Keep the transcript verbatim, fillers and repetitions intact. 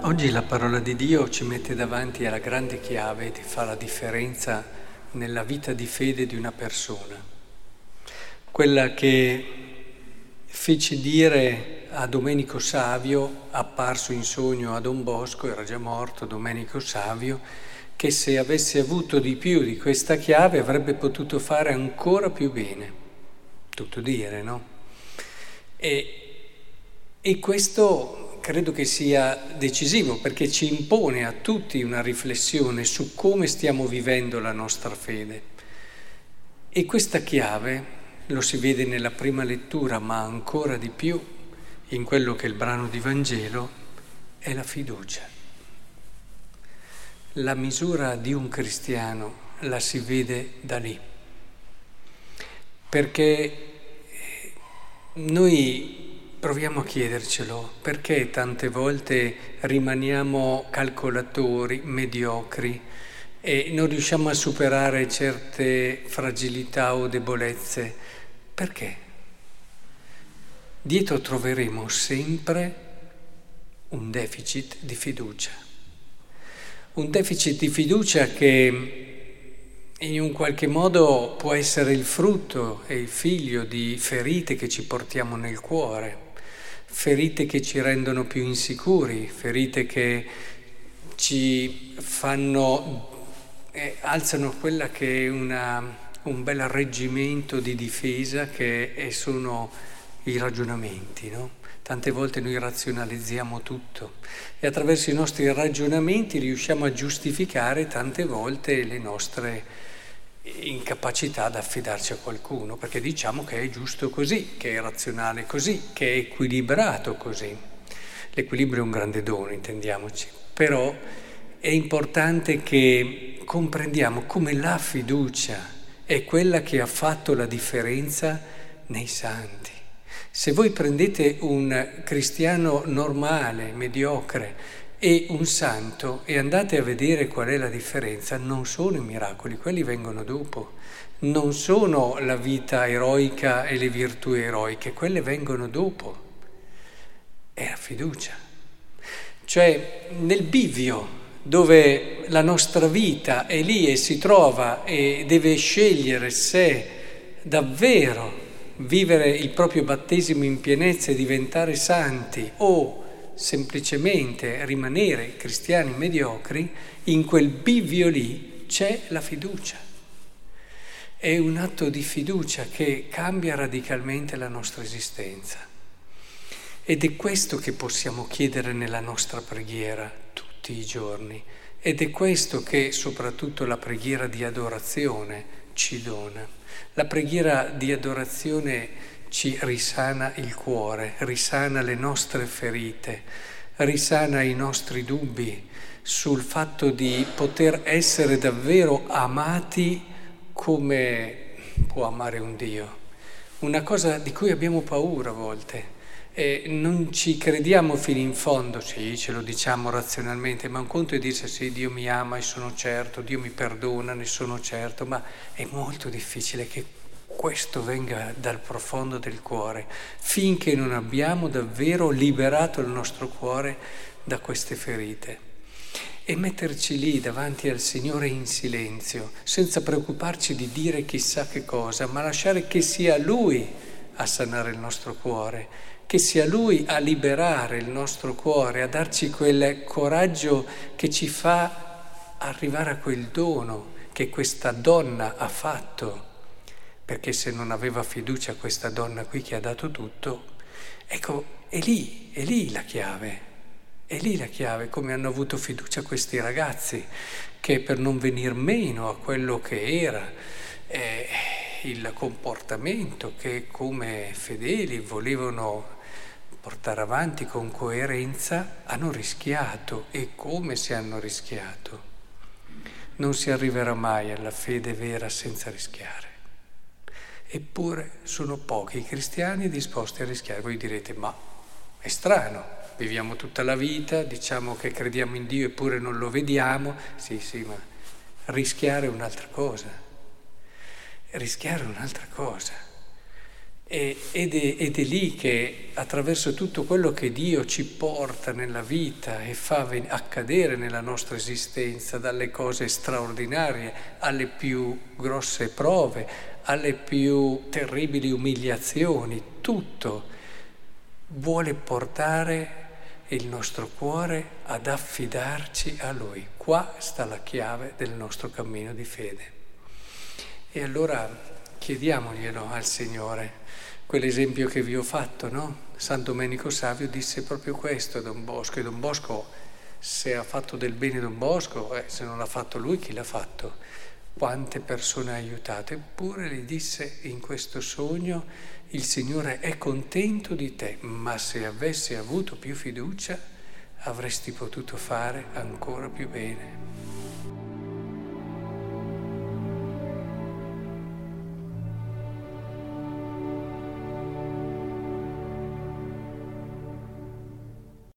Oggi la parola di Dio ci mette davanti alla grande chiave che fa la differenza nella vita di fede di una persona. Quella che fece dire a Domenico Savio, apparso in sogno a Don Bosco, era già morto Domenico Savio, che se avesse avuto di più di questa chiave avrebbe potuto fare ancora più bene. Tutto dire, no? E, e questo credo che sia decisivo, perché ci impone a tutti una riflessione su come stiamo vivendo la nostra fede. E questa chiave lo si vede nella prima lettura, ma ancora di più in quello che è il brano di Vangelo, è la fiducia. La misura di un cristiano la si vede da lì, perché noi proviamo a chiedercelo, perché tante volte rimaniamo calcolatori, mediocri e non riusciamo a superare certe fragilità o debolezze. Perché? Dietro troveremo sempre un deficit di fiducia. Un deficit di fiducia che in un qualche modo può essere il frutto e il figlio di ferite che ci portiamo nel cuore, ferite che ci rendono più insicuri, ferite che ci fanno, eh, alzano quella che è una, un bel reggimento di difesa che è, sono i ragionamenti, no? Tante volte noi razionalizziamo tutto e attraverso i nostri ragionamenti riusciamo a giustificare tante volte le nostre incapacità ad affidarci a qualcuno, perché diciamo che è giusto così, che è razionale così, che è equilibrato così. L'equilibrio è un grande dono, intendiamoci, però è importante che comprendiamo come la fiducia è quella che ha fatto la differenza nei santi. Se voi prendete un cristiano normale, mediocre, e un santo e andate a vedere qual è la differenza, non sono i miracoli, quelli vengono dopo, non sono la vita eroica e le virtù eroiche, quelle vengono dopo, è la fiducia. Cioè nel bivio dove la nostra vita è lì e si trova e deve scegliere se davvero vivere il proprio battesimo in pienezza e diventare santi o semplicemente rimanere cristiani mediocri, in quel bivio lì c'è la fiducia. È un atto di fiducia che cambia radicalmente la nostra esistenza. Ed è questo che possiamo chiedere nella nostra preghiera tutti i giorni. Ed è questo che soprattutto la preghiera di adorazione ci dona. La preghiera di adorazione ci risana il cuore, risana le nostre ferite, risana i nostri dubbi sul fatto di poter essere davvero amati come può amare un Dio. Una cosa di cui abbiamo paura a volte. E non ci crediamo fino in fondo, sì, ce lo diciamo razionalmente, ma un conto è dire sì, Dio mi ama e sono certo, Dio mi perdona, ne sono certo, ma è molto difficile che questo venga dal profondo del cuore, finché non abbiamo davvero liberato il nostro cuore da queste ferite. E metterci lì davanti al Signore in silenzio, senza preoccuparci di dire chissà che cosa, ma lasciare che sia Lui a sanare il nostro cuore, che sia Lui a liberare il nostro cuore, a darci quel coraggio che ci fa arrivare a quel dono che questa donna ha fatto. Perché se non aveva fiducia questa donna qui che ha dato tutto, ecco, è lì, è lì la chiave, è lì la chiave, come hanno avuto fiducia questi ragazzi, che per non venir meno a quello che era eh, il comportamento che come fedeli volevano portare avanti con coerenza, hanno rischiato. E come se hanno rischiato? Non si arriverà mai alla fede vera senza rischiare. Eppure sono pochi i cristiani disposti a rischiare. Voi direte, ma è strano, viviamo tutta la vita, diciamo che crediamo in Dio eppure non lo vediamo. Sì, sì, ma rischiare è un'altra cosa. Rischiare è un'altra cosa. E, ed, è, ed è lì che attraverso tutto quello che Dio ci porta nella vita e fa ven- accadere nella nostra esistenza, dalle cose straordinarie alle più grosse prove, alle più terribili umiliazioni, tutto vuole portare il nostro cuore ad affidarci a Lui. Qua sta la chiave del nostro cammino di fede. E allora chiediamoglielo al Signore. Quell'esempio che vi ho fatto, no? San Domenico Savio disse proprio questo a Don Bosco, e Don Bosco, se ha fatto del bene Don Bosco, eh, se non l'ha fatto lui, chi l'ha fatto? Quante persone ha aiutato? Eppure gli disse in questo sogno: il Signore è contento di te, ma se avessi avuto più fiducia avresti potuto fare ancora più bene.